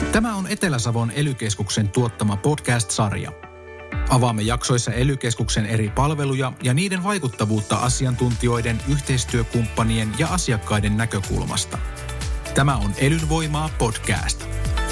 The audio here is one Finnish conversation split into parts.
Tämä on Etelä-Savon ELY-keskuksen tuottama podcast-sarja. Avaamme jaksoissa ELY-keskuksen eri palveluja ja niiden vaikuttavuutta asiantuntijoiden, yhteistyökumppanien ja asiakkaiden näkökulmasta. Tämä on ELYn voimaa podcast.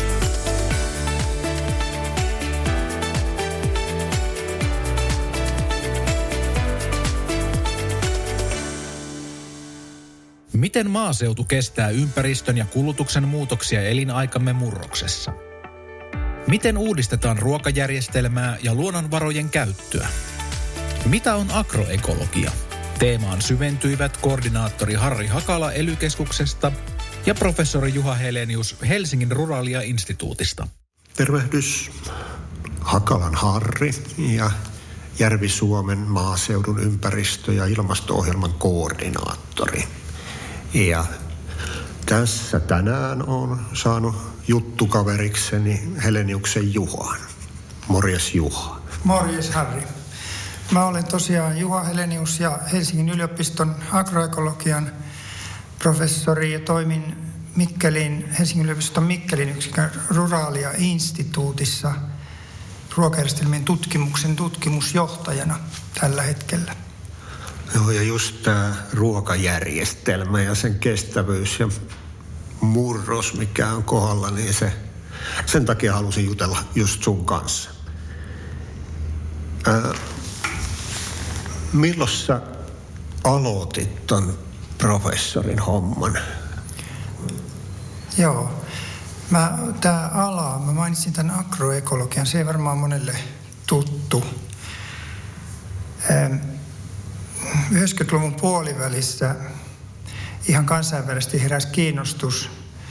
Miten maaseutu kestää ympäristön ja kulutuksen muutoksia elinaikamme murroksessa? Miten uudistetaan ruokajärjestelmää ja luonnonvarojen käyttöä? Mitä on agroekologia? Teemaan syventyivät koordinaattori Harri Hakala ELY-keskuksesta ja professori Juha Helenius Helsingin Ruralia-instituutista. Tervehdys, Hakalan Harri ja Järvi-Suomen maaseudun ympäristö- ja ilmasto-ohjelman koordinaattori. Ja tässä tänään olen saanut juttukaverikseni Heleniuksen Juhan. Morjes Juha. Morjes Harri. Mä olen tosiaan Juha Helenius ja Helsingin yliopiston agroekologian professori ja toimin Helsingin yliopiston Mikkelin yksikön Ruralia-instituutissa ruokajärjestelmien tutkimuksen tutkimusjohtajana tällä hetkellä. Joo, ja just tämä ruokajärjestelmä ja sen kestävyys ja murros, mikä on kohdalla, niin sen takia halusin jutella just sun kanssa. Milloin sä aloitit ton professorin homman? Joo, mä mainitsin tämän agroekologian, se ei varmaan monelle tuttu. 90-luvun puolivälissä ihan kansainvälisesti heräsi kiinnostus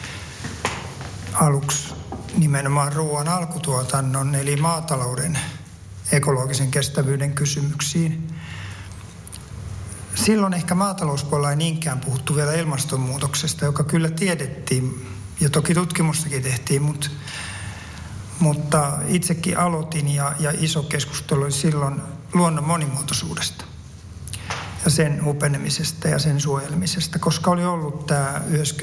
aluksi nimenomaan ruoan alkutuotannon eli maatalouden ekologisen kestävyyden kysymyksiin. Silloin ehkä maatalouspuolella ei niinkään puhuttu vielä ilmastonmuutoksesta, joka kyllä tiedettiin ja toki tutkimustakin tehtiin, mutta itsekin aloitin ja iso keskustelu oli silloin luonnon monimuotoisuudesta ja sen hupenemisesta ja sen suojelemisesta, koska oli ollut tämä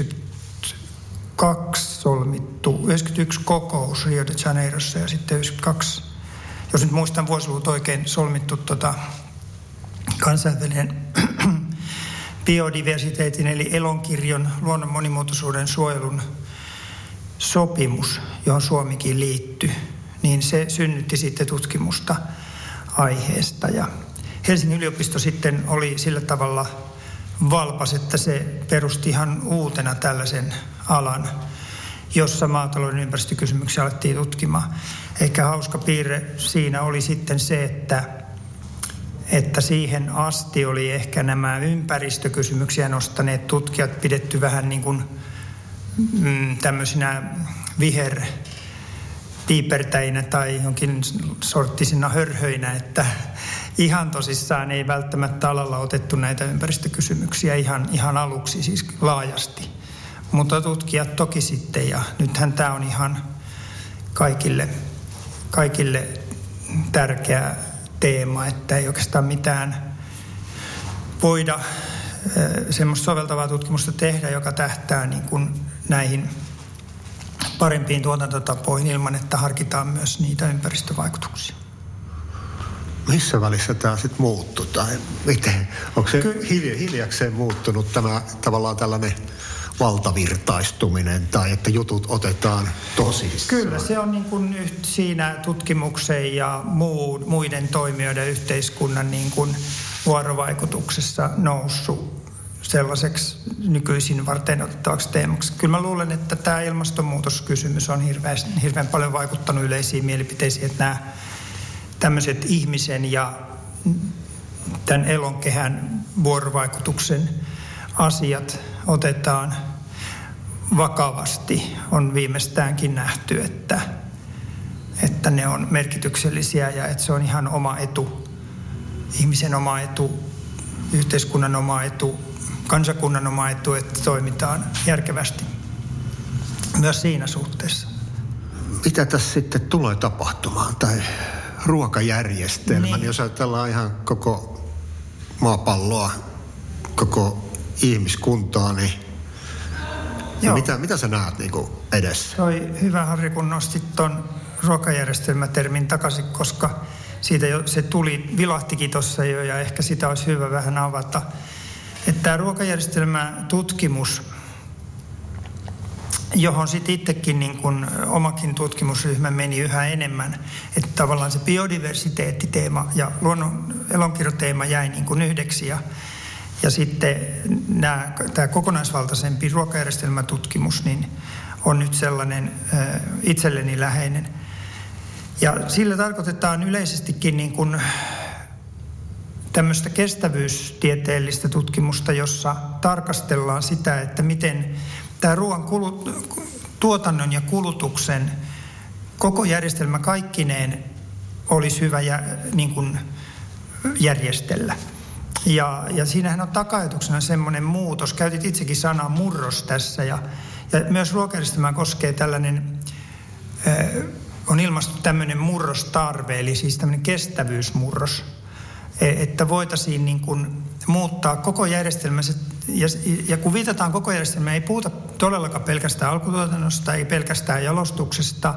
91 kokous Rio de Janeirossa ja sitten 92, jos nyt muistan vuosiluvut oikein, solmittu kansainvälinen biodiversiteetin eli elonkirjon luonnon monimuotoisuuden suojelun sopimus, johon Suomikin liittyi, niin se synnytti sitten tutkimusta aiheesta. Ja Helsingin yliopisto sitten oli sillä tavalla valpas, että se perusti ihan uutena tällaisen alan, jossa maatalouden ympäristökysymyksiä alettiin tutkimaan. Ehkä hauska piirre siinä oli sitten se, että siihen asti oli ehkä nämä ympäristökysymyksiä nostaneet tutkijat pidetty vähän niin kuin tämmöisinä viherpiipertäjinä tai jonkin sorttisina hörhöinä, että ihan tosissaan ei välttämättä alalla otettu näitä ympäristökysymyksiä ihan aluksi siis laajasti. Mutta tutkijat toki sitten, ja nythän tämä on ihan kaikille tärkeä teema, että ei oikeastaan mitään voida semmoista soveltavaa tutkimusta tehdä, joka tähtää niin kuin näihin parempiin tuotantotapoihin ilman, että harkitaan myös niitä ympäristövaikutuksia. Missä välissä tämä sitten muuttui? Tai miten? Onko se hiljakseen muuttunut tämä tavallaan tällainen valtavirtaistuminen tai että jutut otetaan tosissaan? Kyllä, se on niin kuin siinä tutkimuksen ja muiden toimijoiden yhteiskunnan niin kuin vuorovaikutuksessa noussut sellaiseksi nykyisin varten otettavaksi teemaksi. Kyllä mä luulen, että tämä ilmastonmuutoskysymys on hirveän paljon vaikuttanut yleisiin mielipiteisiin, että nämä tämmöiset ihmisen ja tämän elonkehän vuorovaikutuksen asiat otetaan vakavasti. On viimeistäänkin nähty, että ne on merkityksellisiä ja että se on ihan oma etu, ihmisen oma etu, yhteiskunnan oma etu, kansakunnan oma etu, että toimitaan järkevästi myös siinä suhteessa. Mitä tässä sitten tulee tapahtumaan tai ruokajärjestelmä, niin jos ajatellaan ihan koko maapalloa, koko ihmiskuntaa, niin Mitä sä näet niin kuin edessä? Se oli hyvä, Harri, kun nostit ton ruokajärjestelmätermin takaisin, koska siitä se vilahtikin tuossa jo ja ehkä sitä olisi hyvä vähän avata. Että tämä ruokajärjestelmätutkimus, johon sitten itsekin niin kun omakin tutkimusryhmä meni yhä enemmän, että tavallaan se biodiversiteettiteema ja luonnon elonkiertoteema jäi niin kuin yhdeksi ja sitten tämä kokonaisvaltaisempi ruokajärjestelmätutkimus niin on nyt sellainen itselleni läheinen. Ja sillä tarkoitetaan yleisestikin niin kuin tämmöistä kestävyystieteellistä tutkimusta, jossa tarkastellaan sitä, että miten tämä ruoan tuotannon ja kulutuksen koko järjestelmä kaikkineen olisi hyvä niin kuin järjestellä. Ja siinähän on taka-ajatuksena semmoinen muutos. Käytit itsekin sanaa murros tässä ja myös ruokajärjestelmää koskee tällainen, on ilmastu tämmöinen murrostarve, eli siis tämmöinen kestävyysmurros, että voitaisiin niin kuin muuttaa koko järjestelmä. Ja kun viitataan koko järjestelmään, ei puhuta todellakaan pelkästään alkutuotannosta, ei pelkästään jalostuksesta,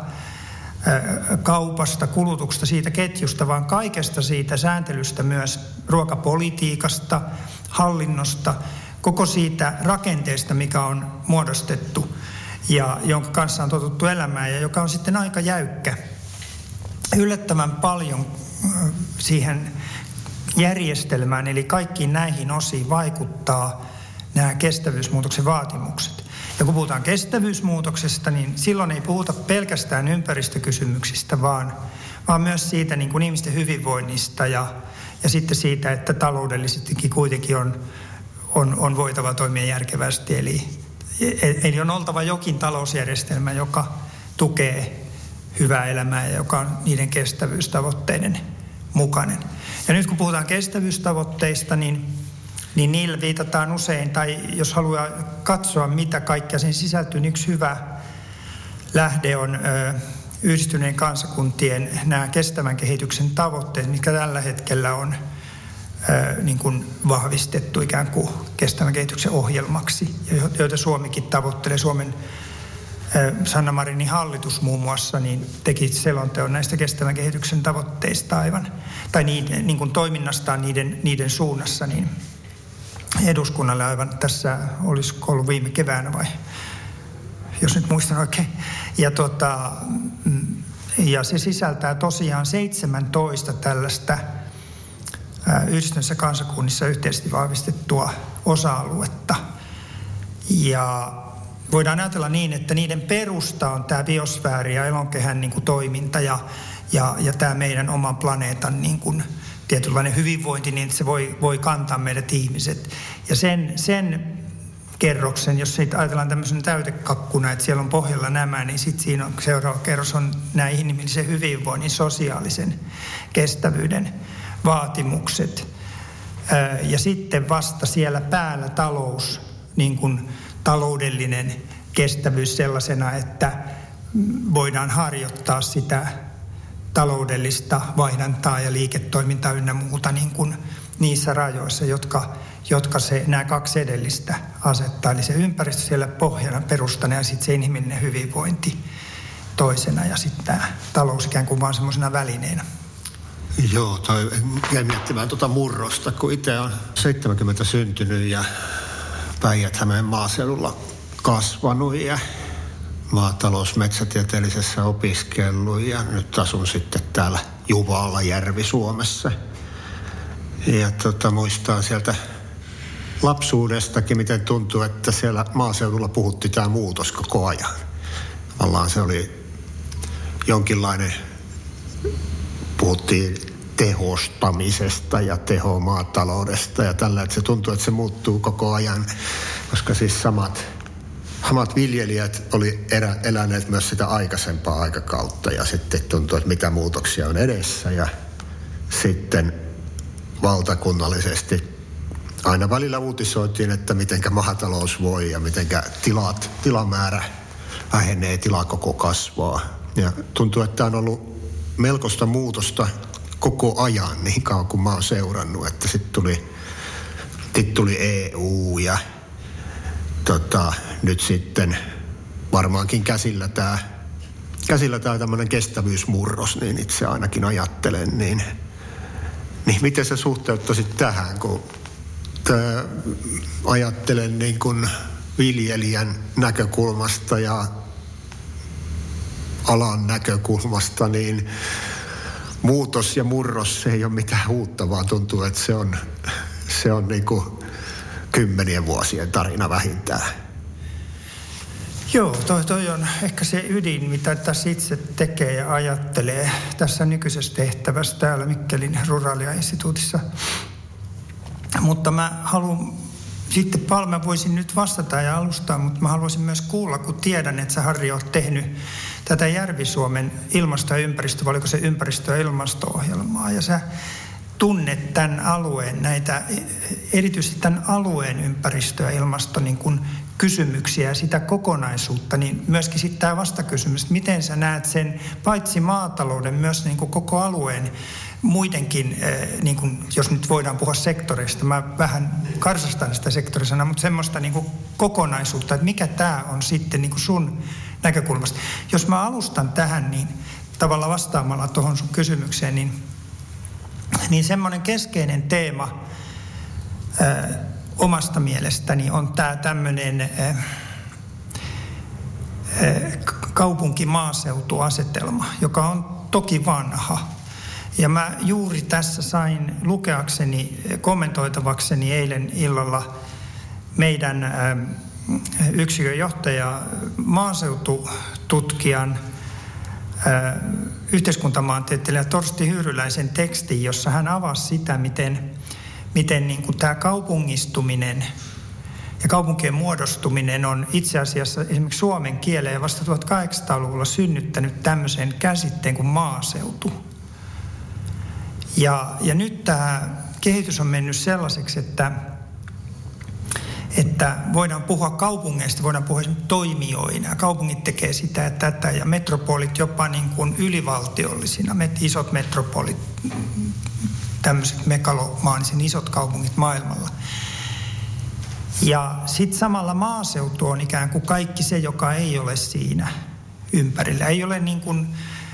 kaupasta, kulutuksesta, siitä ketjusta, vaan kaikesta siitä sääntelystä myös ruokapolitiikasta, hallinnosta, koko siitä rakenteesta, mikä on muodostettu ja jonka kanssa on totuttu elämään ja joka on sitten aika jäykkä. Yllättävän paljon siihen järjestelmään, eli kaikkiin näihin osiin vaikuttaa nämä kestävyysmuutoksen vaatimukset. Ja kun puhutaan kestävyysmuutoksesta, niin silloin ei puhuta pelkästään ympäristökysymyksistä, vaan myös siitä niin kuin ihmisten hyvinvoinnista ja sitten siitä, että taloudellisestikin kuitenkin on voitava toimia järkevästi. Eli on oltava jokin talousjärjestelmä, joka tukee hyvää elämää ja joka on niiden kestävyystavoitteiden mukainen. Ja nyt kun puhutaan kestävyystavoitteista, niin niillä viitataan usein, tai jos haluaa katsoa, mitä kaikkea sen sisältyy, niin yksi hyvä lähde on Yhdistyneen kansakuntien nämä kestävän kehityksen tavoitteet, mitkä tällä hetkellä on niin kuin vahvistettu ikään kuin kestävän kehityksen ohjelmaksi, joita Suomikin tavoittelee. Suomen Sanna Marinin hallitus muun muassa niin teki selonteon näistä kestävän kehityksen tavoitteista aivan, tai niin kuin toiminnastaan niiden suunnassa, niin eduskunnalle aivan tässä, olisiko ollut viime keväänä vai, jos nyt muistan oikein. Ja se sisältää tosiaan 17 tällaista Yhdistyneissä kansakunnissa yhteisesti vahvistettua osa-aluetta. Ja voidaan ajatella niin, että niiden perusta on tämä biosfääri ja elonkehän niin kuin toiminta ja tämä meidän oman planeetan niin kuin tietynlainen hyvinvointi, niin että se voi kantaa meidät ihmiset. Ja sen kerroksen, jos siitä ajatellaan tämmöisen täytekakkuna, että siellä on pohjalla nämä, niin sitten siinä on seuraava kerros on nämä inhimillisen hyvinvoinnin, sosiaalisen kestävyyden vaatimukset. Ja sitten vasta siellä päällä talous, niin kuin taloudellinen kestävyys sellaisena, että voidaan harjoittaa sitä taloudellista vaihdantaa ja liiketoimintaa ynnä muuta niin kuin niissä rajoissa, jotka nämä kaksi edellistä asettaa. Eli se ympäristö siellä pohjana perustana ja sitten se inhimillinen hyvinvointi toisena ja sitten tämä talous ikään kuin vaan semmoisena välineenä. Joo, jäin miettimään murrosta, kun itse on 70 syntynyt ja Päijät-Hämeen maaseudulla kasvanut ja maatalousmetsätieteellisessä opiskellut ja nyt asun sitten täällä Juvalla Järvi-Suomessa. Ja muistan sieltä lapsuudestakin, miten tuntuu, että siellä maaseudulla puhutti tämä muutos koko ajan. Tavallaan se oli jonkinlainen, puhuttiin tehostamisesta ja tehomaataloudesta ja tällä, että se tuntuu, että se muuttuu koko ajan, koska siis samat viljelijät oli eläneet myös sitä aikaisempaa aikakautta ja sitten tuntuu, että mitä muutoksia on edessä ja sitten valtakunnallisesti aina välillä uutisoitiin, että mitenkä maatalous voi ja mitenkä tilamäärä vähenee, tilakoko kasvaa. Ja tuntuu, että on ollut melkoista muutosta koko ajan niin kauan kuin mä oon seurannut, että sitten tuli EU ja nyt sitten varmaankin käsillä tämä tämmöinen kestävyysmurros, niin itse ainakin ajattelen, niin miten sä suhteuttaisit tähän, kun ajattelen niin kuin viljelijän näkökulmasta ja alan näkökulmasta, niin muutos ja murros ei ole mitään uutta, vaan tuntuu, että se on niin kuin 10 vuosien tarina vähintään. Joo, toi on ehkä se ydin, mitä tässä itse tekee ja ajattelee tässä nykyisessä tehtävässä täällä Mikkelin Ruralia-instituutissa. Mutta mä haluan sitten mä voisin nyt vastata ja alustaa, mutta mä haluaisin myös kuulla, kun tiedän, että sä, Harri, oot tehnyt tätä Järvi-Suomen ilmasto- ja oliko se ympäristö- ja ilmasto-ohjelmaa, ja sä tunnet tämän alueen erityisesti tämän alueen ympäristö- ja ilmasto niin kuin kysymyksiä ja sitä kokonaisuutta, niin myöskin sitten tämä vastakysymys, että miten sä näet sen paitsi maatalouden, myös niin kuin koko alueen muidenkin, niin kuin, jos nyt voidaan puhua sektoreista, mä vähän karsastan sitä sektorisanaa, mutta semmoista niin kuin kokonaisuutta, että mikä tämä on sitten niin kuin sun näkökulmasta. Jos mä alustan tähän, niin tavallaan vastaamalla tuohon sun kysymykseen, niin semmoinen keskeinen teema omasta mielestäni on tämä tämmöinen kaupunki-maaseutuasetelma, joka on toki vanha. Ja mä juuri tässä sain lukeakseni, kommentoitavakseni eilen illalla meidän yksikön johtaja, maaseutututkijan, yhteiskuntamaantieteelijä Torsti Hyyryläisen tekstin, jossa hän avasi sitä, miten niin kuin tämä kaupungistuminen ja kaupunkien muodostuminen on itse asiassa esimerkiksi suomen kieleen vasta 1800-luvulla synnyttänyt tämmöisen käsitteen kuin maaseutu. Ja nyt tämä kehitys on mennyt sellaiseksi, että voidaan puhua kaupungeista, voidaan puhua toimijoina. Ja kaupungit tekee sitä ja tätä ja metropolit jopa niin kuin ylivaltiollisina, isot metropolit, tämmöiset megalomaanisen isot kaupungit maailmalla. Ja sitten samalla maaseutu on ikään kuin kaikki se, joka ei ole siinä ympärillä. Ei ole niin kuin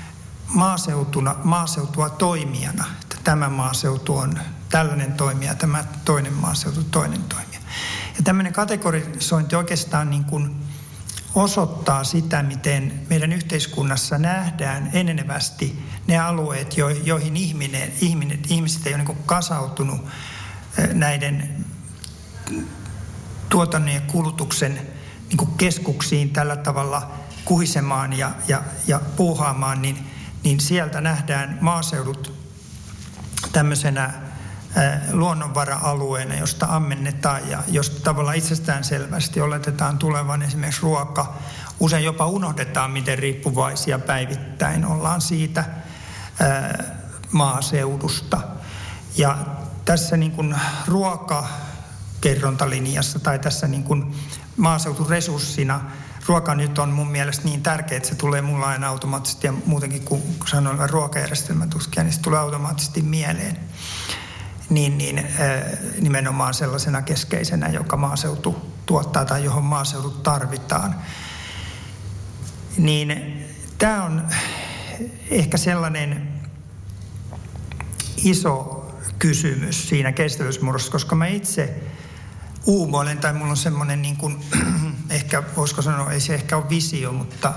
maaseutua toimijana, että tämä maaseutu on tällainen toimija, tämä toinen maaseutu toinen toimija. Ja tämmöinen kategorisointi oikeastaan niin kuin osoittaa sitä, miten meidän yhteiskunnassa nähdään enenevästi ne alueet, joihin ihmiset ei ole niin kuin kasautunut näiden tuotannon ja kulutuksen niin kuin keskuksiin tällä tavalla kuhisemaan ja puuhaamaan, niin sieltä nähdään maaseudut tämmöisenä luonnonvara-alueena, josta ammennetaan ja josta tavallaan itsestäänselvästi oletetaan tulevan esimerkiksi ruoka. Usein jopa unohdetaan, miten riippuvaisia päivittäin ollaan siitä maaseudusta. Ja tässä niin kuin ruokakerrontalinjassa tai tässä niin kuin maaseuturesurssina ruoka nyt on mun mielestä niin tärkeä, että se tulee mulla aina automaattisesti ja muutenkin kun sanoin ruokajärjestelmätutkija, niin se tulee automaattisesti mieleen. Nimenomaan sellaisena keskeisenä, joka maaseutu tuottaa tai johon maaseudut tarvitaan. Niin tämä on ehkä sellainen iso kysymys siinä kestävyysmurrossa, koska mä itse uumoilen, tai mulla on semmoinen niin kuin, ehkä voisiko sanoa, ei se ehkä ole visio, mutta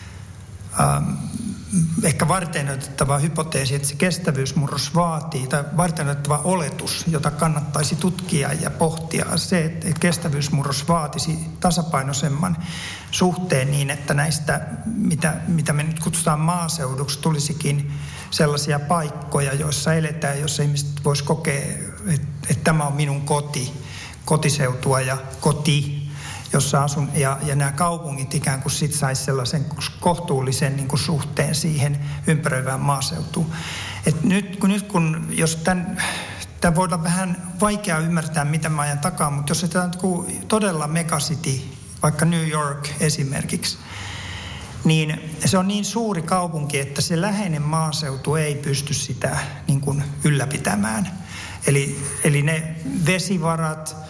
ehkä varteenotettava hypoteesi, että se kestävyysmurros vaatii, tai varteenotettava oletus, jota kannattaisi tutkia ja pohtia, se, että kestävyysmurros vaatisi tasapainoisemman suhteen niin, että näistä, mitä me nyt kutsutaan maaseuduksi, tulisikin sellaisia paikkoja, joissa eletään, joissa ihmiset vois kokea, että tämä on minun kotiseutua ja koti, jossa asun, ja nämä kaupungit ikään kuin sit saisi sellaisen kohtuullisen niin kuin suhteen siihen ympäröivään maaseutuun. Et nyt jos tämän voidaan vähän vaikea ymmärtää, mitä mä ajan takaa, mutta jos tämä on todella megacity, vaikka New York esimerkiksi, niin se on niin suuri kaupunki, että se läheinen maaseutu ei pysty sitä niin kuin ylläpitämään. Eli ne vesivarat,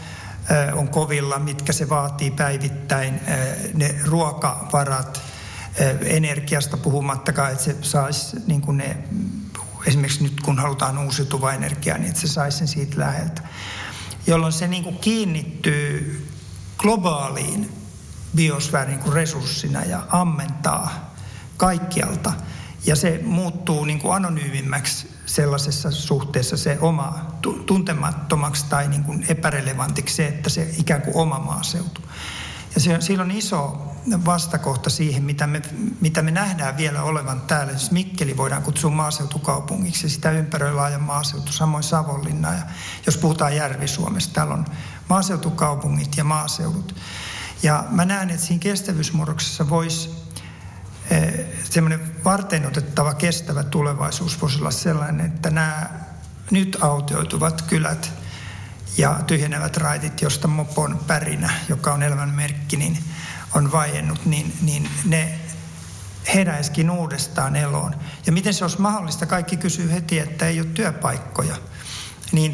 on kovilla, mitkä se vaatii päivittäin, ne ruokavarat, energiasta puhumattakaan, että se saisi niin kuin ne, esimerkiksi nyt kun halutaan uusiutuvaa energiaa, niin että se saisi sen siitä läheltä. Jolloin se niin kuin kiinnittyy globaaliin biosfääriin niin kuin resurssina ja ammentaa kaikkialta. Ja se muuttuu niin kuin anonyymimmäksi sellaisessa suhteessa se oma tuntemattomaksi tai niin kuin epärelevantiksi se, että se ikään kuin oma maaseutu. Ja sillä on iso vastakohta siihen, mitä me nähdään vielä olevan täällä. Siis Mikkeli voidaan kutsua maaseutukaupungiksi ja sitä ympäröi laaja maaseutu, samoin Savonlinna. Ja jos puhutaan Järvi-Suomesta, täällä on maaseutukaupungit ja maaseudut. Ja mä näen, että siinä kestävyysmurroksessa voisi semmoinen varteenotettava kestävä tulevaisuus voisi olla sellainen, että nämä nyt autioituvat kylät ja tyhjenevät raitit, josta mopon pärinä, joka on elämän merkki, niin on vaiennut, niin ne heräisikin uudestaan eloon. Ja miten se olisi mahdollista? Kaikki kysyy heti, että ei ole työpaikkoja. Niin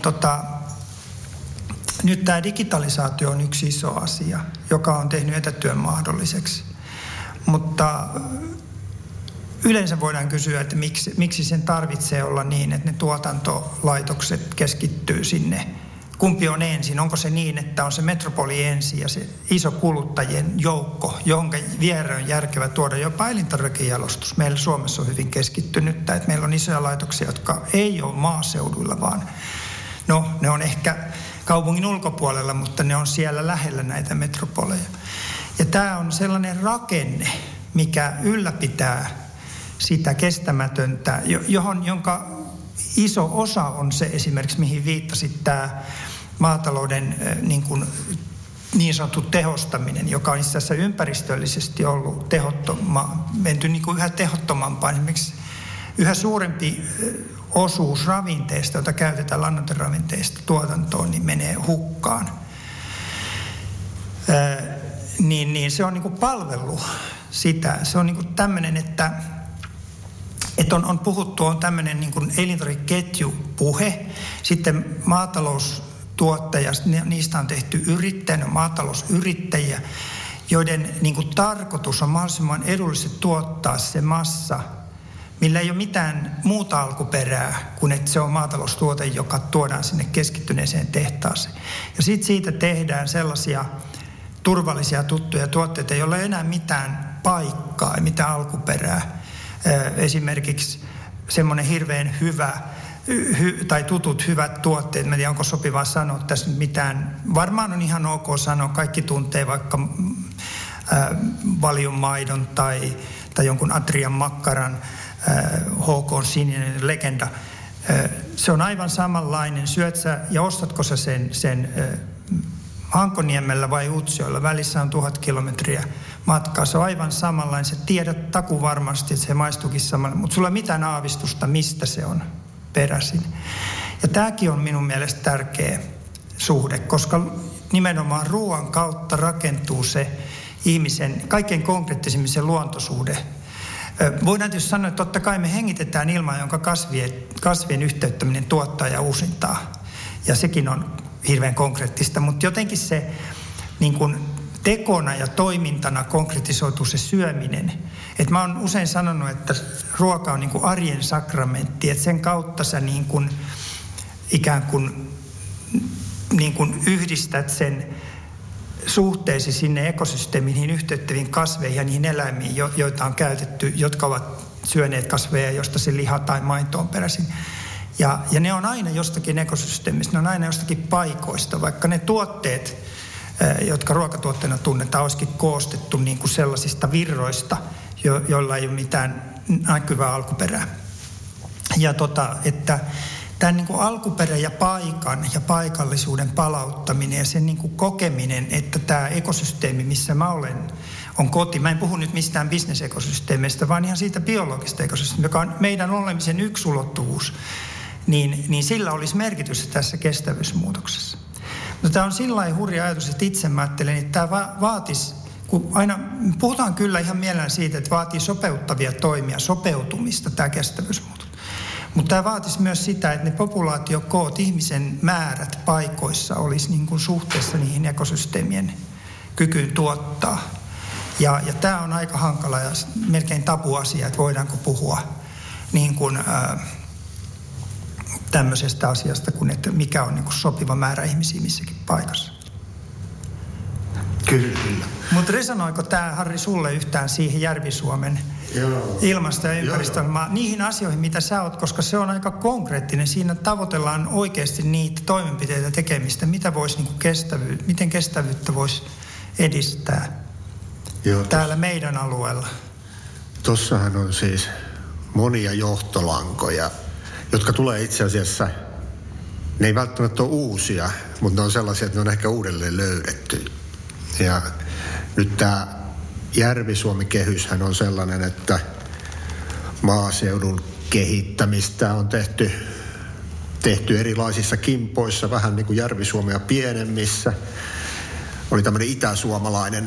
nyt tämä digitalisaatio on yksi iso asia, joka on tehnyt etätyön mahdolliseksi. Mutta yleensä voidaan kysyä, että miksi sen tarvitsee olla niin, että ne tuotantolaitokset keskittyy sinne. Kumpi on ensin? Onko se niin, että on se metropoli ensin ja se iso kuluttajien joukko, jonka viereen on järkevä tuoda jopa elintarvikejalostus. Meillä Suomessa on hyvin keskittynyt, että meillä on isoja laitoksia, jotka ei ole maaseuduilla, vaan ne on ehkä kaupungin ulkopuolella, mutta ne on siellä lähellä näitä metropoleja. Ja tämä on sellainen rakenne, mikä ylläpitää sitä kestämätöntä, jonka iso osa on se esimerkiksi, mihin viittasit tämä maatalouden niin sanottu tehostaminen, joka on itse asiassa ympäristöllisesti ollut menty niin kuin yhä tehottomampaan. Esimerkiksi yhä suurempi osuus ravinteista, jota käytetään lannoiteravinteista tuotantoon, niin menee hukkaan. Niin se on niin kuin palvellut sitä. Se on niin kuin tämmöinen, että on puhuttu, on tämmöinen niin kuin elintarvikeketjupuhe. Sitten maataloustuottajasta, niistä on tehty maatalousyrittäjiä, joiden niin kuin tarkoitus on mahdollisimman edullisesti tuottaa se massa, millä ei ole mitään muuta alkuperää kuin että se on maataloustuote, joka tuodaan sinne keskittyneeseen tehtaaseen. Ja sitten siitä tehdään sellaisia turvallisia tuttuja tuotteita, joilla ei enää mitään paikkaa, ei mitään alkuperää. Esimerkiksi semmoinen hirveän hyvä tai tutut hyvät tuotteet, mä en tiedä onko sopivaa sanoa tässä mitään, varmaan on ihan ok sanoa, kaikki tuntee vaikka Valion maidon tai jonkun Atrian makkaran, HK sininen legenda. Se on aivan samanlainen, syöt sä ja ostatko sä sen Hankoniemellä vai Utsjoella, välissä on 1000 kilometriä matkaa. Se on aivan samanlainen. Sä tiedät takuvarmasti, että se maistuukin samalla, mutta sulla ei mitään aavistusta, mistä se on peräisin. Ja tämäkin on minun mielestä tärkeä suhde, koska nimenomaan ruoan kautta rakentuu se ihmisen kaikkein konkreettisimmin se luontosuhde. Voidaan tietysti sanoa, että totta kai me hengitetään ilmaa, jonka kasvien yhteyttäminen tuottaa ja uusintaa. Ja sekin on hirveän konkreettista, mutta jotenkin se niin kuin tekona ja toimintana konkretisoituu se syöminen. Et mä oon usein sanonut, että ruoka on niin kuin arjen sakramentti, että sen kautta sä niin kuin ikään kuin yhdistät sen suhteesi sinne ekosysteemiin, niihin yhteyttäviin kasveihin ja niihin eläimiin, joita on käytetty, jotka ovat syöneet kasveja, josta se liha tai maito on peräisin. Ja ne on aina jostakin ekosysteemistä, ne on aina jostakin paikoista, vaikka ne tuotteet, jotka ruokatuotteena tunnetaan, olisikin koostettu niin kuin sellaisista virroista, joilla ei ole mitään näkyvää alkuperää. Ja että tämän niin kuin alkuperä ja paikan ja paikallisuuden palauttaminen ja sen niin kuin kokeminen, että tämä ekosysteemi, missä mä olen, on koti. Mä en puhu nyt mistään bisnesekosysteemistä, vaan ihan siitä biologista ekosysteemistä, joka on meidän olemisen yksi ulottuvuus. Niin sillä olisi merkitystä tässä kestävyysmuutoksessa. No, tämä on sillä lailla hurja ajatus, että itse mä ajattelen, että tämä vaatisi, kun aina puhutaan kyllä ihan mielellään siitä, että vaatii sopeuttavia toimia, sopeutumista tämä kestävyysmuutos. Mutta tämä vaatisi myös sitä, että ne populaatiokoot, ihmisen määrät paikoissa olisi niin kuin suhteessa niihin ekosysteemien kykyyn tuottaa. Ja tämä on aika hankala ja melkein tabuasia, että voidaanko puhua niin kuin, tämmöisestä asiasta, kuin että mikä on niin kuin sopiva määrä ihmisiä missäkin paikassa. Kyllä. Mutta resonoiko tämä, Harri, sulle yhtään siihen Järvi-Suomen ilmasto- ja ympäristön, niihin asioihin, mitä sä oot, koska se on aika konkreettinen. Siinä tavoitellaan oikeasti niitä toimenpiteitä tekemistä, mitä voisi niin kuin miten kestävyyttä voisi edistää täällä meidän alueella. Tossahan on siis monia johtolankoja, jotka tulee itse asiassa, ne ei välttämättä ole uusia, mutta ne on sellaisia, että ne on ehkä uudelleen löydetty. Ja nyt tämä Järvi-Suomi-kehyshän on sellainen, että maaseudun kehittämistä on tehty erilaisissa kimpoissa, vähän niin kuin Järvi-Suomea pienemmissä. Oli tämmöinen itäsuomalainen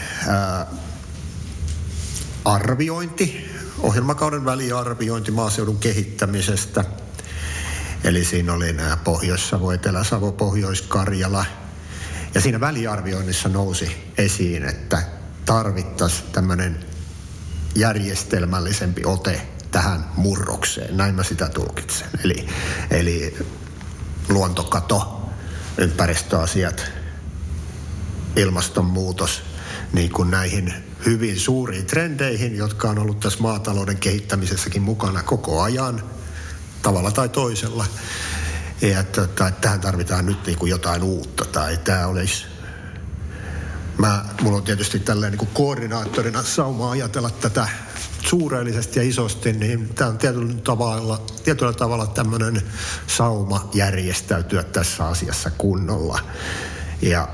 arviointi, ohjelmakauden väliarviointi maaseudun kehittämisestä. Eli siinä oli nämä Pohjois-Savo, Etelä-Savo, Pohjois-Karjala. Ja siinä väliarvioinnissa nousi esiin, että tarvittaisiin tämmöinen järjestelmällisempi ote tähän murrokseen. Näin mä sitä tulkitsen. Eli luontokato, ympäristöasiat, ilmastonmuutos, niin kuin näihin hyvin suuriin trendeihin, jotka on ollut tässä maatalouden kehittämisessäkin mukana koko ajan, tavalla tai toisella. Ja tähän tarvitaan nyt niin kuin jotain uutta, tai tämä olisi... Mulla on tietysti tälleen niin kuin koordinaattorina sauma ajatella tätä suureellisesti ja isosti, niin tämä on tietyllä tavalla tämmöinen sauma järjestäytyä tässä asiassa kunnolla. Ja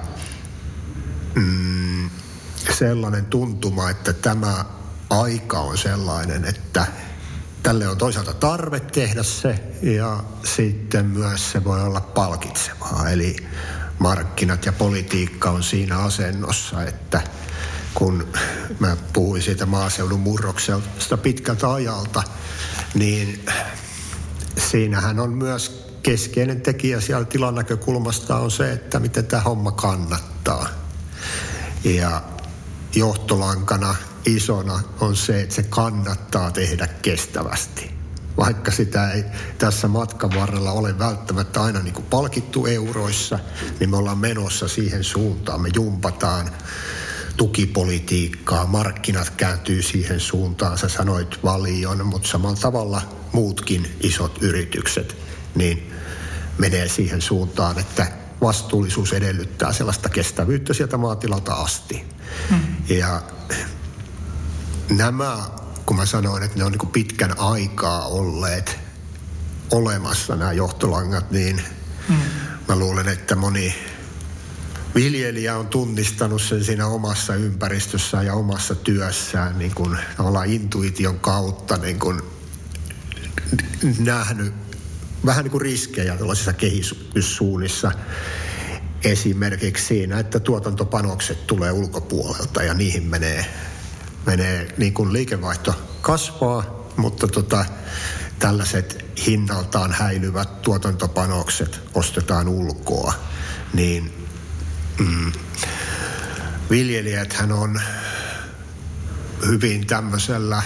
sellainen tuntuma, että tämä aika on sellainen, että tälle on toisaalta tarve tehdä se ja sitten myös se voi olla palkitsevaa. Eli markkinat ja politiikka on siinä asennossa, että kun mä puhuin siitä maaseudun murroksesta pitkältä ajalta, niin siinähän on myös keskeinen tekijä siellä tilan näkökulmasta on se, että miten tämä homma kannattaa. Ja johtolankana isona on se, että se kannattaa tehdä kestävästi. Vaikka sitä ei tässä matkan varrella ole välttämättä aina niin kuin palkittu euroissa, niin me ollaan menossa siihen suuntaan. Me jumpataan tukipolitiikkaa, markkinat kääntyy siihen suuntaan. Sä sanoit Valion, mutta samalla tavalla muutkin isot yritykset niin menee siihen suuntaan, että vastuullisuus edellyttää sellaista kestävyyttä sieltä maatilalta asti. Ja nämä, kun mä sanoin, että ne on niin kuin pitkän aikaa olleet olemassa nämä johtolangat, niin mä luulen, että moni viljelijä on tunnistanut sen siinä omassa ympäristössään ja omassa työssään niin kuin intuition kautta niin kuin nähnyt vähän niin kuin riskejä tällaisissa kehityssuunnissa. Esimerkiksi siinä, että tuotantopanokset tulee ulkopuolelta ja niihin menee niin kuin liikevaihto kasvaa, mutta tällaiset hinnaltaan häilyvät tuotantopanokset ostetaan ulkoa, niin viljelijäthän on hyvin tämmöisellä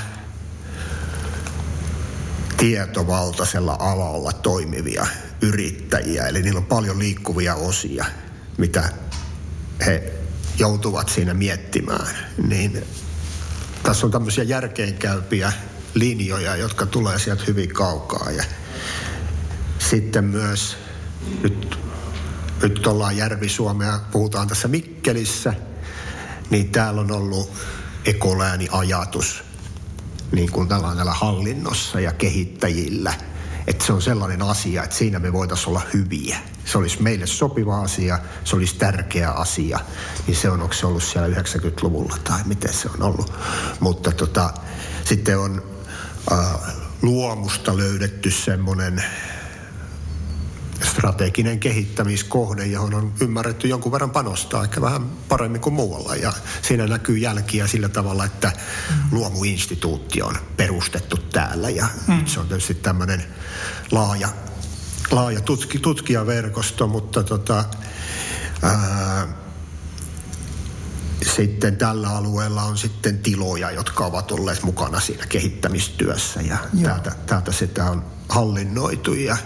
tietovaltaisella alalla toimivia yrittäjiä, eli niillä on paljon liikkuvia osia, mitä he joutuvat siinä miettimään, niin tässä on tämmöisiä järkeenkäypiä linjoja, jotka tulee sieltä hyvin kaukaa. Ja sitten myös, nyt ollaan Järvi-Suomea, puhutaan tässä Mikkelissä, niin täällä on ollut ekolääniajatus niin kuin tällä hallinnossa ja kehittäjillä. Että se on sellainen asia, että siinä me voitaisiin olla hyviä. Se olisi meille sopiva asia, se olisi tärkeä asia. Niin se on, onko se ollut siellä 90-luvulla tai miten se on ollut. Mutta sitten on luomusta löydetty semmoinen strateginen kehittämiskohde, johon on ymmärretty jonkun verran panostaa, ehkä vähän paremmin kuin muualla. Ja siinä näkyy jälkiä sillä tavalla, että luomuinstituutti on perustettu täällä. Ja nyt se on tietysti tämmöinen laaja tutkijaverkosto, mutta sitten tällä alueella on sitten tiloja, jotka ovat olleet mukana siinä kehittämistyössä. Ja täältä sitä on hallinnoitu ja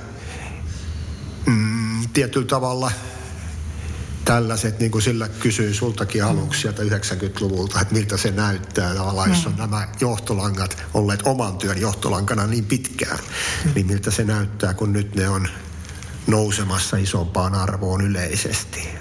tietyllä tavalla tällaiset, niin kuin sillä kysyin sultakin aluksi sieltä 90-luvulta, että miltä se näyttää tavallaan, jos on nämä johtolangat olleet oman työn johtolankana niin pitkään, niin miltä se näyttää, kun nyt ne on nousemassa isompaan arvoon yleisesti.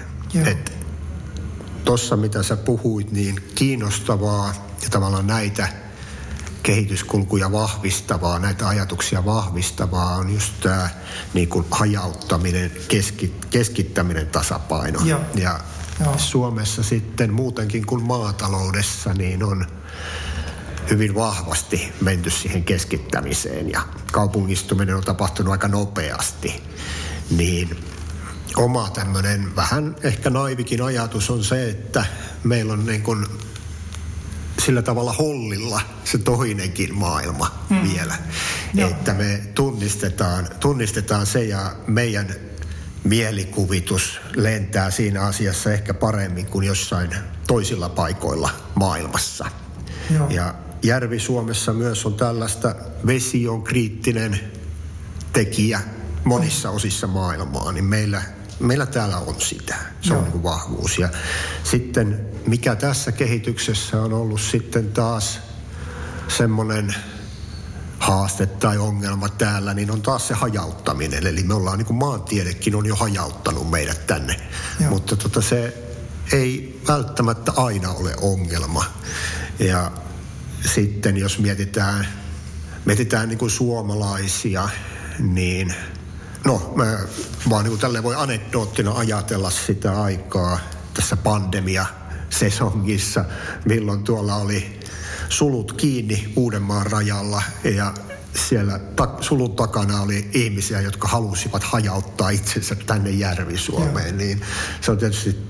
Tuossa mitä sä puhuit, niin kiinnostavaa ja tavallaan näitä kehityskulkuja vahvistavaa, näitä ajatuksia vahvistavaa on just tämä niin kuin hajauttaminen, keskittäminen, tasapaino. Ja Suomessa sitten muutenkin kuin maataloudessa niin on hyvin vahvasti menty siihen keskittämiseen ja kaupungistuminen on tapahtunut aika nopeasti. Niin oma tämmöinen vähän ehkä naivikin ajatus on se, että meillä on niin kuin sillä tavalla hollilla se toinenkin maailma vielä. Että me tunnistetaan se ja meidän mielikuvitus lentää siinä asiassa ehkä paremmin kuin jossain toisilla paikoilla maailmassa. Ja Järvi-Suomessa myös on tällaista, vesi on kriittinen tekijä monissa osissa maailmaa, niin meillä täällä on sitä. Se on niin kuin vahvuus. Ja sitten mikä tässä kehityksessä on ollut sitten taas semmoinen haaste tai ongelma täällä, niin on taas se hajauttaminen. Eli me ollaan niin kuin maantiedekin on jo hajauttanut meidät tänne. Mutta se ei välttämättä aina ole ongelma. Ja sitten jos mietitään niin kuin suomalaisia, niin mä vaan niin kuin tälleen voi anekdoottina ajatella sitä aikaa tässä pandemia-sesongissa, milloin tuolla oli sulut kiinni Uudenmaan rajalla ja siellä sulun takana oli ihmisiä, jotka halusivat hajauttaa itsensä tänne Järvi-Suomeen. Niin se on tietysti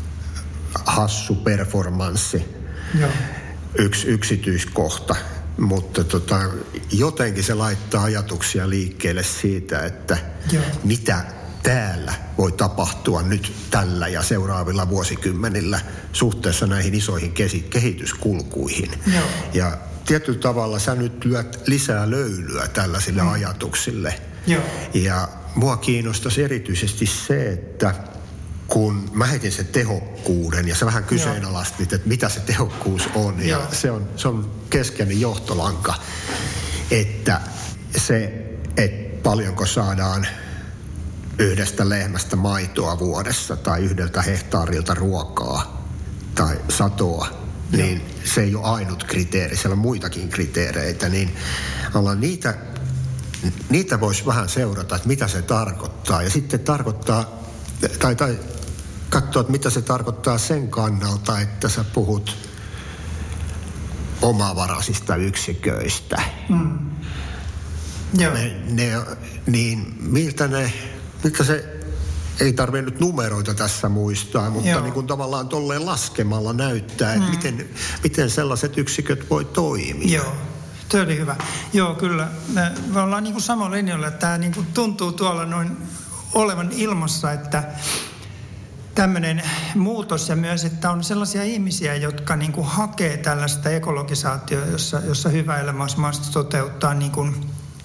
hassu performanssi, yksi yksityiskohta. Mutta jotenkin se laittaa ajatuksia liikkeelle siitä, että mitä täällä voi tapahtua nyt tällä ja seuraavilla vuosikymmenillä suhteessa näihin isoihin kehityskulkuihin. Ja tietyllä tavalla sä nyt lyöt lisää löylyä tällaisille ajatuksille. Ja mua kiinnostaisi erityisesti se, että kun mä heitin sen tehokkuuden ja sä vähän kyseenalaistit, että mitä se tehokkuus on. Ja se on keskeinen johtolanka, että se, että paljonko saadaan yhdestä lehmästä maitoa vuodessa tai yhdeltä hehtaarilta ruokaa tai satoa, niin se ei ole ainut kriteeri. Siellä on muitakin kriteereitä, niin niitä voisi vähän seurata, että mitä se tarkoittaa. Ja sitten tai katsoa, että mitä se tarkoittaa sen kannalta, että sä puhut omavaraisista yksiköistä. Niin miltä se, ei tarvitse nyt numeroita tässä muistaa, mutta niin kuin tavallaan tolleen laskemalla näyttää, että miten sellaiset yksiköt voi toimia. Tuo oli hyvä. Kyllä. Me ollaan niin kuin samalla linjalla, että tämä niin kuin tuntuu tuolla noin olevan ilmassa, että tämmöinen muutos ja myös, että on sellaisia ihmisiä, jotka niin kuin hakee tällaista ekologisaatiota, jossa hyvä elämä olisi mahdollista toteuttaa niin kuin,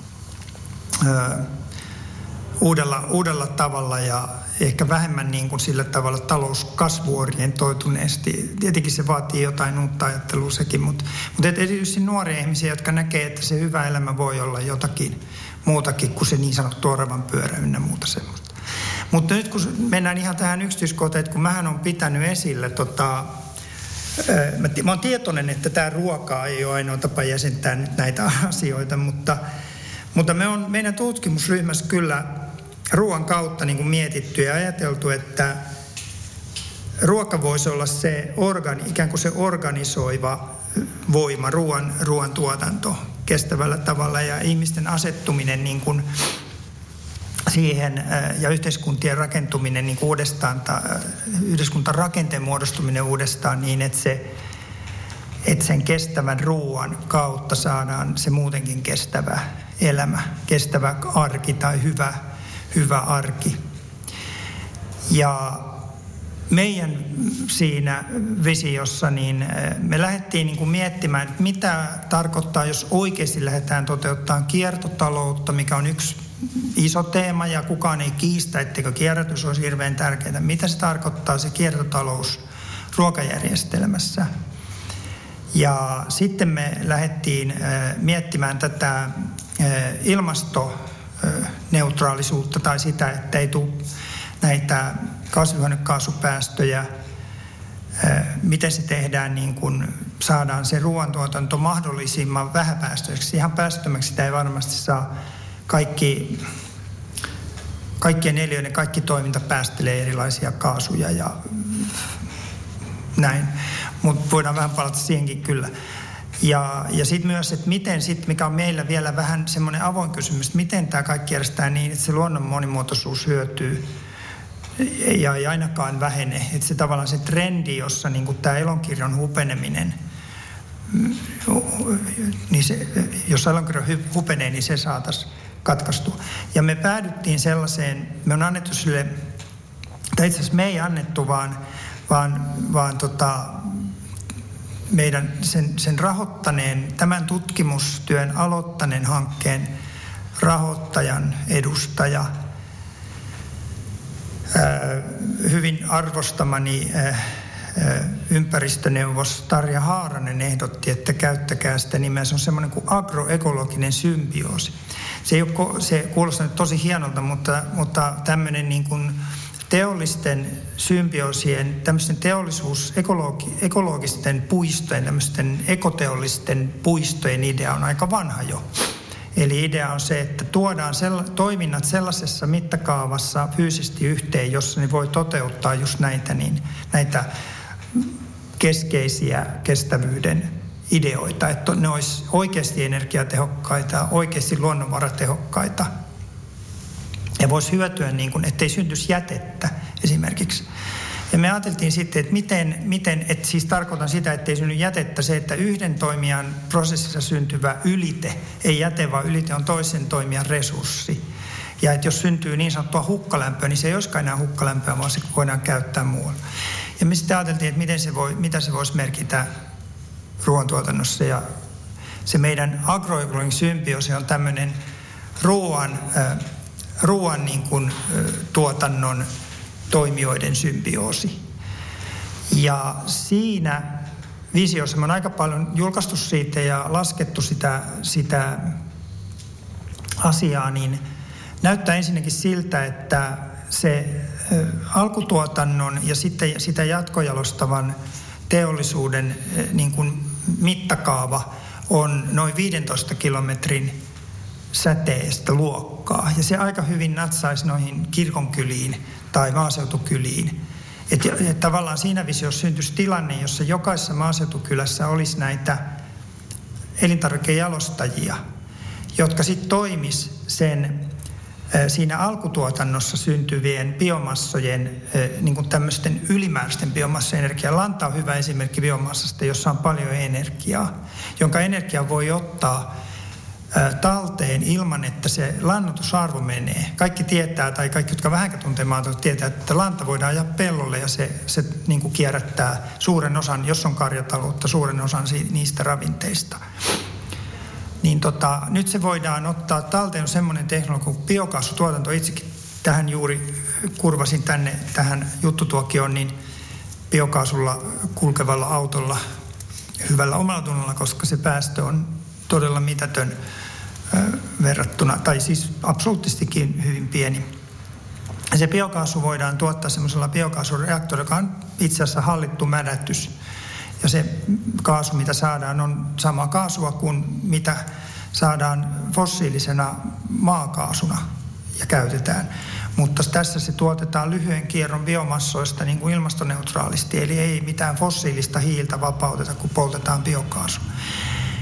uudella tavalla ja ehkä vähemmän niin kuin sillä tavalla talouskasvuorientoituneesti. Tietenkin se vaatii jotain uutta ajattelua sekin, mutta erityisesti nuoria ihmisiä, jotka näkee, että se hyvä elämä voi olla jotakin muutakin kuin se niin sanottu oravan pyörä ynnä muuta semmoista. Mutta nyt kun mennään ihan tähän yksityiskohtaan, että kun mähän on pitänyt esille, mä oon tietoinen, että tämä ruoka ei ole ainoa tapa jäsentää nyt näitä asioita, mutta me on meidän tutkimusryhmässä kyllä ruoan kautta niin kuin mietitty ja ajateltu, että ruoka voisi olla se ikään kuin se organisoiva voima, ruoan tuotanto kestävällä tavalla ja ihmisten asettuminen niin kuin siihen ja yhteiskuntien rakentuminen niin uudestaan, yhteiskuntarakenteen muodostuminen uudestaan niin, että sen kestävän ruoan kautta saadaan se muutenkin kestävä elämä, kestävä arki tai hyvä arki. Ja meidän siinä visiossa niin me lähdettiin niin kuin miettimään, että mitä tarkoittaa, jos oikeasti lähdetään toteuttamaan kiertotaloutta, mikä on yksi iso teema ja kukaan ei kiistä, etteikö kierrätys olisi hirveän tärkeää. Mitä se tarkoittaa se kiertotalous ruokajärjestelmässä? Ja sitten me lähdettiin miettimään tätä ilmastoneutraalisuutta tai sitä, että ei tule näitä kasvihuonekaasupäästöjä, miten se tehdään, niin kun saadaan se ruoantuotanto mahdollisimman vähäpäästöiseksi. Ihan päästöttömäksi sitä ei varmasti saa. Kaikkien eliöiden kaikki toiminta päästelee erilaisia kaasuja ja näin. Mutta voidaan vähän palata siihenkin kyllä. Ja sitten myös, että miten sitten, mikä on meillä vielä vähän semmoinen avoin kysymys, että miten tämä kaikki järjestetään niin, että se luonnon monimuotoisuus hyötyy ja ei ainakaan vähene. Että se tavallaan se trendi, jossa niin tämä elonkirjon hupeneminen, niin se, jos elonkirjo hupenee, niin se saataisiin katkaistua. Ja me päädyttiin sellaiseen, me on annettu sille, tai itse asiassa me ei annettu, vaan meidän sen rahoittaneen, tämän tutkimustyön aloittaneen hankkeen rahoittajan edustaja, hyvin arvostamani ympäristöneuvos Tarja Haaranen ehdotti, että käyttäkää sitä nimeä. Se on semmoinen kuin agroekologinen symbioosi. Se kuulostaa nyt tosi hienolta, mutta tämmöinen niin kuin teollisten symbioosien, tämmöisten ekologisten puistojen, tämmöisten ekoteollisten puistojen idea on aika vanha jo. Eli idea on se, että tuodaan toiminnat sellaisessa mittakaavassa fyysisesti yhteen, jossa ne voi toteuttaa just näitä keskeisiä kestävyyden ideoita, että ne olisi oikeasti energiatehokkaita, oikeasti luonnonvaratehokkaita ja voisi hyötyä niin kuin, ettei syntyisi jätettä esimerkiksi. Ja me ajateltiin sitten, että miten että siis tarkoitan sitä, ettei synny jätettä, se, että yhden toimijan prosessissa syntyvä ylite, ei jäte, vaan ylite on toisen toimijan resurssi. Ja että jos syntyy niin sanottua hukkalämpöä, niin se ei olisikaan enää hukkalämpöä, vaan se voidaan käyttää muualla. Ja me sitten ajateltiin, että mitä se voisi merkitä ruoantuotannossa. Ja se meidän agroekologinen symbioosi on tämmöinen ruoan niin kuin, tuotannon toimijoiden symbioosi. Ja siinä visiossa me on aika paljon julkaistu siitä ja laskettu sitä asiaa, niin näyttää ensinnäkin siltä, että se alkutuotannon ja sitten sitä jatkojalostavan teollisuuden niin kuin mittakaava on noin 15 kilometrin säteestä luokkaa. Ja se aika hyvin natsaisi noihin kirkonkyliin tai maaseutukyliin. Että tavallaan siinä visiossa syntyisi tilanne, jossa jokaisessa maaseutukylässä olisi näitä elintarvikejalostajia, jotka sitten toimis siinä alkutuotannossa syntyvien biomassojen, niin kuin tämmöisten ylimääräisten biomassaenergiaa. Lanta on hyvä esimerkki biomassasta, jossa on paljon energiaa, jonka energia voi ottaa talteen ilman, että se lannoitusarvo menee. Kaikki tietää, tai kaikki, jotka vähänkään tuntee maataloutta, tietää, että lanta voidaan ajaa pellolle ja se niin kuin kierrättää suuren osan, jos on karjataloutta, suuren osan niistä ravinteista. Niin nyt se voidaan ottaa talteen, on semmoinen teknologia kuin biokaasutuotanto. Itsekin tähän juuri kurvasin tähän juttutuokioon, niin biokaasulla kulkevalla autolla hyvällä omalla tunnolla, koska se päästö on todella mitätön verrattuna, tai siis absoluuttistikin hyvin pieni. Ja se biokaasu voidaan tuottaa semmoisella biokaasureaktorilla, joka on itse asiassa hallittu mädätys. Ja se kaasu, mitä saadaan, on samaa kaasua kuin mitä saadaan fossiilisena maakaasuna ja käytetään. Mutta tässä se tuotetaan lyhyen kierron biomassoista niin kuin ilmastoneutraalisti, eli ei mitään fossiilista hiiltä vapauteta, kun poltetaan biokaasua.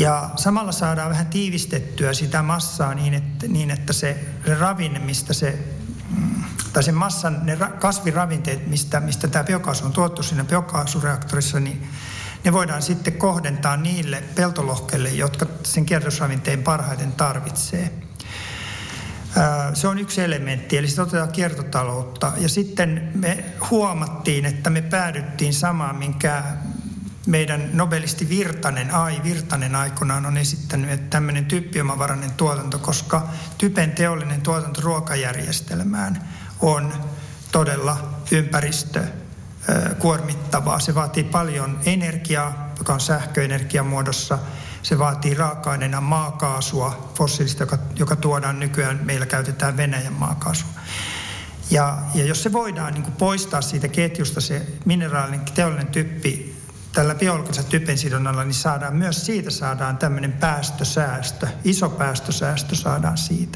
Ja samalla saadaan vähän tiivistettyä sitä massaa niin että se ravinne, mistä tai sen massan, ne kasviravinteet, mistä tämä biokaasu on tuotettu siinä biokaasureaktorissa, niin ne voidaan sitten kohdentaa niille peltolohkeille, jotka sen kierrätysravinteen parhaiten tarvitsee. Se on yksi elementti, eli se toteutetaan kiertotaloutta. Ja sitten me huomattiin, että me päädyttiin samaan, minkä meidän nobelisti Virtanen aikoinaan on esittänyt, että tämmöinen typpiomavarainen tuotanto, koska typen teollinen tuotanto ruokajärjestelmään on todella ympäristökuormittavaa. Se vaatii paljon energiaa, joka on sähköenergian muodossa. Se vaatii raaka-aineena maakaasua, fossiilista, joka tuodaan nykyään. Meillä käytetään Venäjän maakaasua. Ja jos se voidaan niin kuin poistaa siitä ketjusta, se mineraalinen teollinen typpi, tällä biologisella typen sidonnalla, niin siitä saadaan tämmöinen päästösäästö, iso päästösäästö saadaan siitä.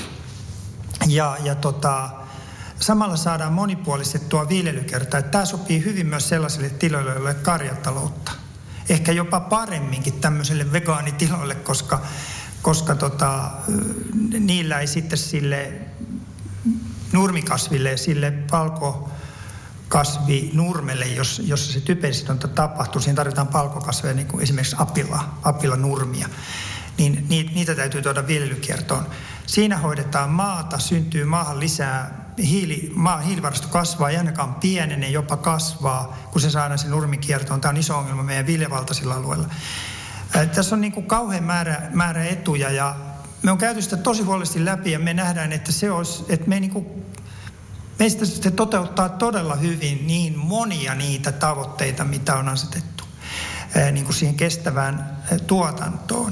Samalla saadaan monipuolistettua viljelykertaa. Tämä sopii hyvin myös sellaisille tiloille, joille karjataloutta. Ehkä jopa paremminkin tämmöisille vegaanitiloille, koska niillä ei sitten sille nurmikasville, sille palkokasvinurmelle, jossa se typensidonta tapahtuu, siinä tarvitaan palkokasveja, niin kuin esimerkiksi apilanurmia, niin niitä täytyy tuoda viljelykiertoon. Siinä hoidetaan maata, syntyy maahan lisää, hiilivarasto kasvaa, ei ainakaan pienene, jopa kasvaa, kun se saadaan sen nurmikiertoon. Tämä on iso ongelma meidän viljavaltaisilla alueilla. Tässä on niin kuin kauhean määrä etuja, ja me on käyty sitä tosi huolellisesti läpi, ja me nähdään, että meistä se toteuttaa todella hyvin niin monia niitä tavoitteita, mitä on asetettu niin kuin siihen kestävään tuotantoon.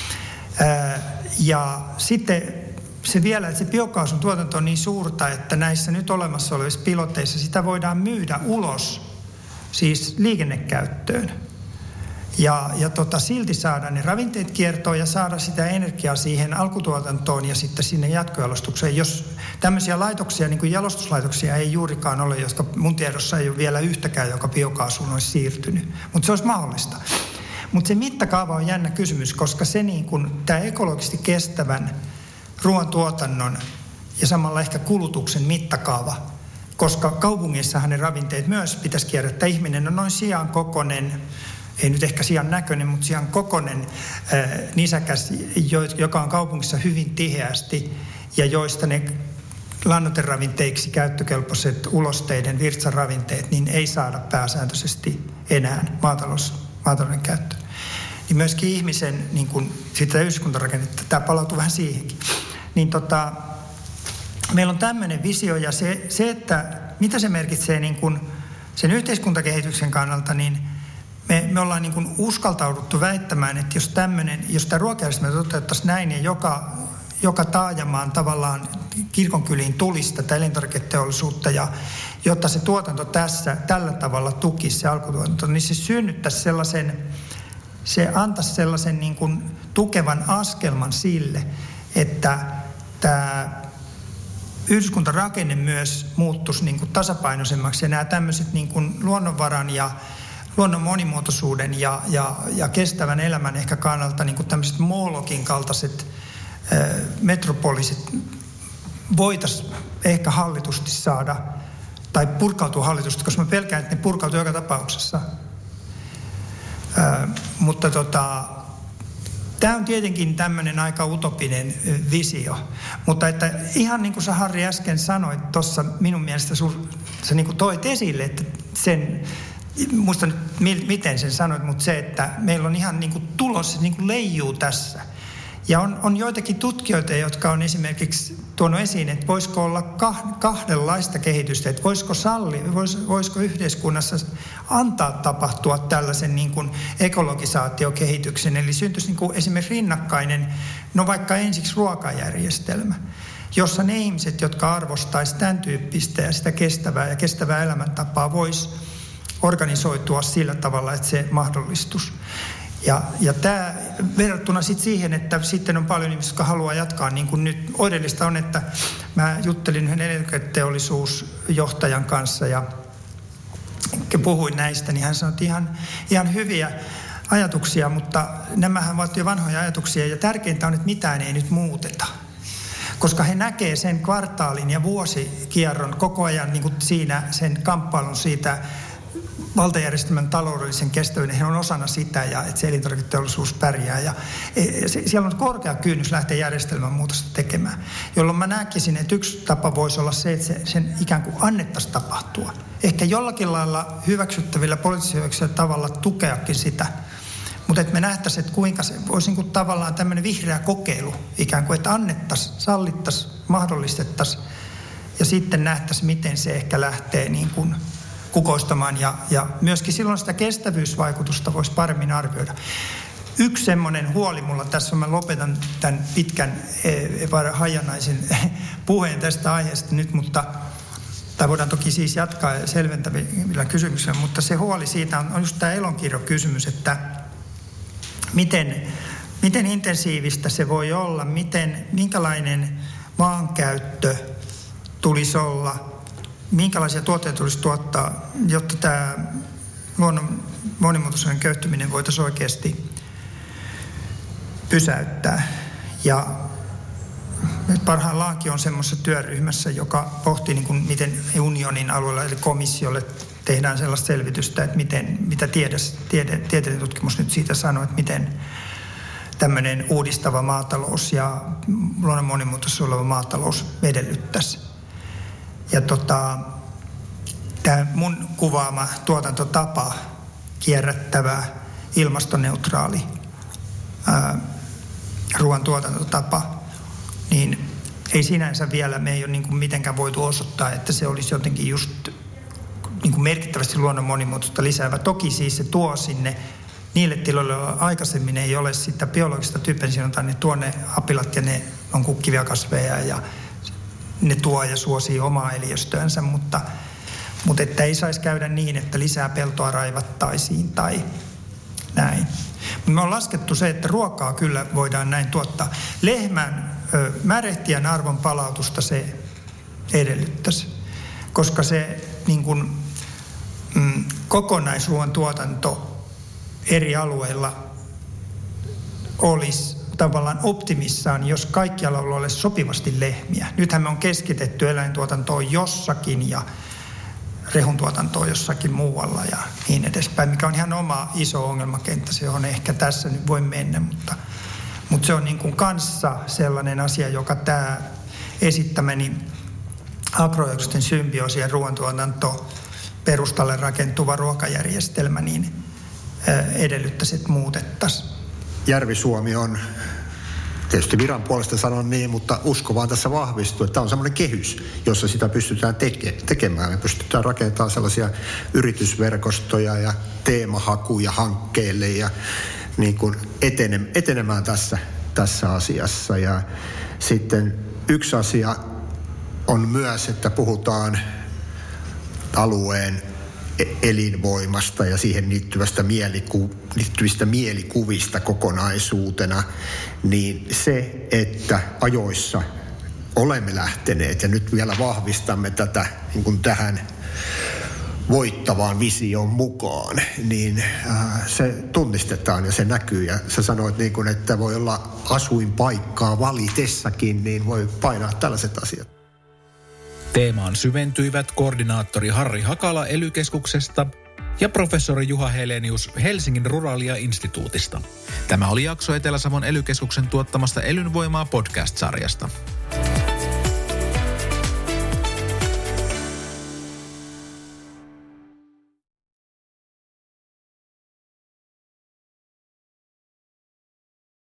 Ja sitten se vielä, että se biokaasun tuotanto on niin suurta, että näissä nyt olemassa olevissa piloteissa sitä voidaan myydä ulos, siis liikennekäyttöön. Ja silti saada ne ravinteet kiertoon ja saada sitä energiaa siihen alkutuotantoon ja sitten sinne jatkojalostukseen. Jos tämmöisiä laitoksia, niin kuin jalostuslaitoksia ei juurikaan ole, josta mun tiedossa ei ole vielä yhtäkään, joka biokaasuun olisi siirtynyt. Mutta se olisi mahdollista. Mutta se mittakaava on jännä kysymys, koska se niin kuin tämä ekologisesti kestävän ruoantuotannon ja samalla ehkä kulutuksen mittakaava, koska kaupungissahan ne ravinteet myös pitäisi kierrättää. Ihminen on noin sian kokoinen, ei nyt ehkä sian näköinen, mutta sian kokoinen nisäkäs, joka on kaupungissa hyvin tiheästi ja joista ne lannoiteravinteiksi käyttökelpoiset ulosteiden virtsaravinteet, niin ei saada pääsääntöisesti enää maatalouden käyttöön. Niin myöskin ihmisen niin kun sitä yhdyskuntarakennetta, tämä palautuu vähän siihenkin. Niin meillä on tämmöinen visio ja se, että mitä se merkitsee niin kun sen yhteiskuntakehityksen kannalta, niin me ollaan niin kun uskaltauduttu väittämään, että jos tämä ruokajärjestelmä toteuttaisi näin ja joka taajamaan tavallaan kirkonkyliin tulisi tätä elintarviketeollisuutta ja jotta se tuotanto tällä tavalla tukisi se alkutuotanto, niin se synnyttäisi se antaisi sellaisen niin kuin tukevan askelman sille, että tämä yhdyskuntarakenne myös muuttuisi niin kuin tasapainoisemmaksi ja nämä tämmöiset niin kuin luonnonvaran ja luonnon monimuotoisuuden ja kestävän elämän ehkä kannalta niin kuin tämmöiset Molokin kaltaiset metropoliset voitaisiin ehkä hallitusti saada tai purkautua hallitusti, koska mä pelkään, että ne purkautuu joka tapauksessa. Mutta tämä on tietenkin tämmöinen aika utopinen visio. Mutta että ihan niin kuin sä Harri äsken sanoit tuossa, minun mielestä sä niin kuin toit esille, että sen, muista nyt miten sen sanoit, mutta se, että meillä on ihan niin kuin tulos, niin kuin leijuu tässä. Ja on joitakin tutkijoita, jotka on esimerkiksi tuonut esiin, että voisiko olla kahdenlaista kehitystä, että voisiko yhteiskunnassa antaa tapahtua tällaisen niin kuin ekologisaatiokehityksen, eli syntyisi niin kuin esimerkiksi rinnakkainen, no vaikka ensiksi ruokajärjestelmä, jossa ne ihmiset, jotka arvostaisivat tämän tyyppistä ja sitä kestävää elämäntapaa, voisi organisoitua sillä tavalla, että se mahdollistuisi. Ja tämä verrattuna sitten siihen, että sitten on paljon ihmisiä, jotka haluaa jatkaa, niin kuin nyt oivallista on, että mä juttelin yhden elintarviketeollisuusjohtajan kanssa ja puhuin näistä, niin hän sanoi, että ihan hyviä ajatuksia, mutta nämähän ovat jo vanhoja ajatuksia ja tärkeintä on, että mitään ei nyt muuteta. Koska he näkee sen kvartaalin ja vuosikierron koko ajan niin kuin siinä sen kamppailun siitä valtajärjestelmän taloudellisen kestävyyden. He on osana sitä ja että se elintarviketeollisuus pärjää. Ja siellä on korkea kynnys lähteä järjestelmän muutosta tekemään, jolloin mä näkisin, että yksi tapa voisi olla se, että sen ikään kuin annettaisiin tapahtua. Ehkä jollakin lailla hyväksyttävillä poliittisilla tavalla tukeakin sitä. Mutta että me nähtäisiin, että kuinka se voisi niin kuin tavallaan tämmöinen vihreä kokeilu ikään kuin, että annettaisiin, sallittaisiin, mahdollistettaisiin ja sitten nähtäisiin, miten se ehkä lähtee niin kuin kukoistamaan ja myöskin silloin sitä kestävyysvaikutusta voisi paremmin arvioida. Yksi semmoinen huoli mulla tässä, mä lopetan tämän pitkän hajanaisen puheen tästä aiheesta nyt, tai voidaan toki siis jatkaa selventävillä kysymyksillä, mutta se huoli siitä on just tämä elonkirjokysymys, että miten intensiivistä se voi olla, minkälainen maankäyttö tulisi olla, minkälaisia tuotteita tulisi tuottaa, jotta tämä luonnon monimuotoisuuden köyhtyminen voitaisiin oikeasti pysäyttää. Ja parhaillaankin on semmoisessa työryhmässä, joka pohtii, niin kuin, miten unionin alueella eli komissiolle tehdään sellaista selvitystä, että mitä tieteellinen tutkimus nyt siitä sanoo, että miten tämmöinen uudistava maatalous ja luonnon monimuotoisuus oleva maatalous edellyttäisi. Ja tämä mun kuvaama tuotantotapa, kierrättävä, ilmastoneutraali ruoantuotantotapa, niin ei sinänsä vielä, me ei ole niin kuin mitenkään voitu osoittaa, että se olisi jotenkin just niin kuin merkittävästi luonnon monimuotoisuutta lisäävä. Toki siis se tuo sinne niille tiloille, joilla aikaisemmin ei ole sitä biologista tyyppensidontaa, ne tuo ne apilat ja ne on kukkivia kasveja ja ne tuo ja suosii omaa eliöstöänsä, mutta että ei saisi käydä niin, että lisää peltoa raivattaisiin tai näin. Me on laskettu se, että ruokaa kyllä voidaan näin tuottaa. Lehmän märehtijän arvon palautusta se edellyttäisi, koska se niin kuin, kokonaisruoan tuotanto eri alueilla olisi tavallaan optimissaan, jos kaikkialla olisi sopivasti lehmiä. Nythän me on keskitetty eläintuotantoon jossakin ja rehuntuotantoon jossakin muualla ja niin edespäin, mikä on ihan oma iso ongelmakenttä, se on ehkä tässä nyt voi mennä, mutta se on niin kuin kanssa sellainen asia, joka tämä esittämäni agroekologisten symbioosien ruoantuotanto perustalle rakentuva ruokajärjestelmä niin edellyttäisi, että muutettaisiin. Järvi-Suomi on, tietysti viran puolesta sanon niin, mutta usko vaan tässä vahvistuu, että tämä on semmoinen kehys, jossa sitä pystytään tekemään. Me pystytään rakentamaan sellaisia yritysverkostoja ja teemahakuja hankkeille ja niin kuin etenemään tässä asiassa. Ja sitten yksi asia on myös, että puhutaan alueen elinvoimasta ja siihen liittyvistä mielikuvista kokonaisuutena, niin se, että ajoissa olemme lähteneet ja nyt vielä vahvistamme tätä niin kuin tähän voittavaan visioon mukaan, niin se tunnistetaan ja se näkyy. Ja sä sanoit, niin kuin, että voi olla asuinpaikkaa valitessakin, niin voi painaa tällaiset asiat. Teemaan syventyivät koordinaattori Harri Hakala ELY-keskuksesta ja professori Juha Helenius Helsingin Ruralia-instituutista. Tämä oli jakso Etelä-Savon ELY-keskuksen tuottamasta Elyn voimaa podcast-sarjasta.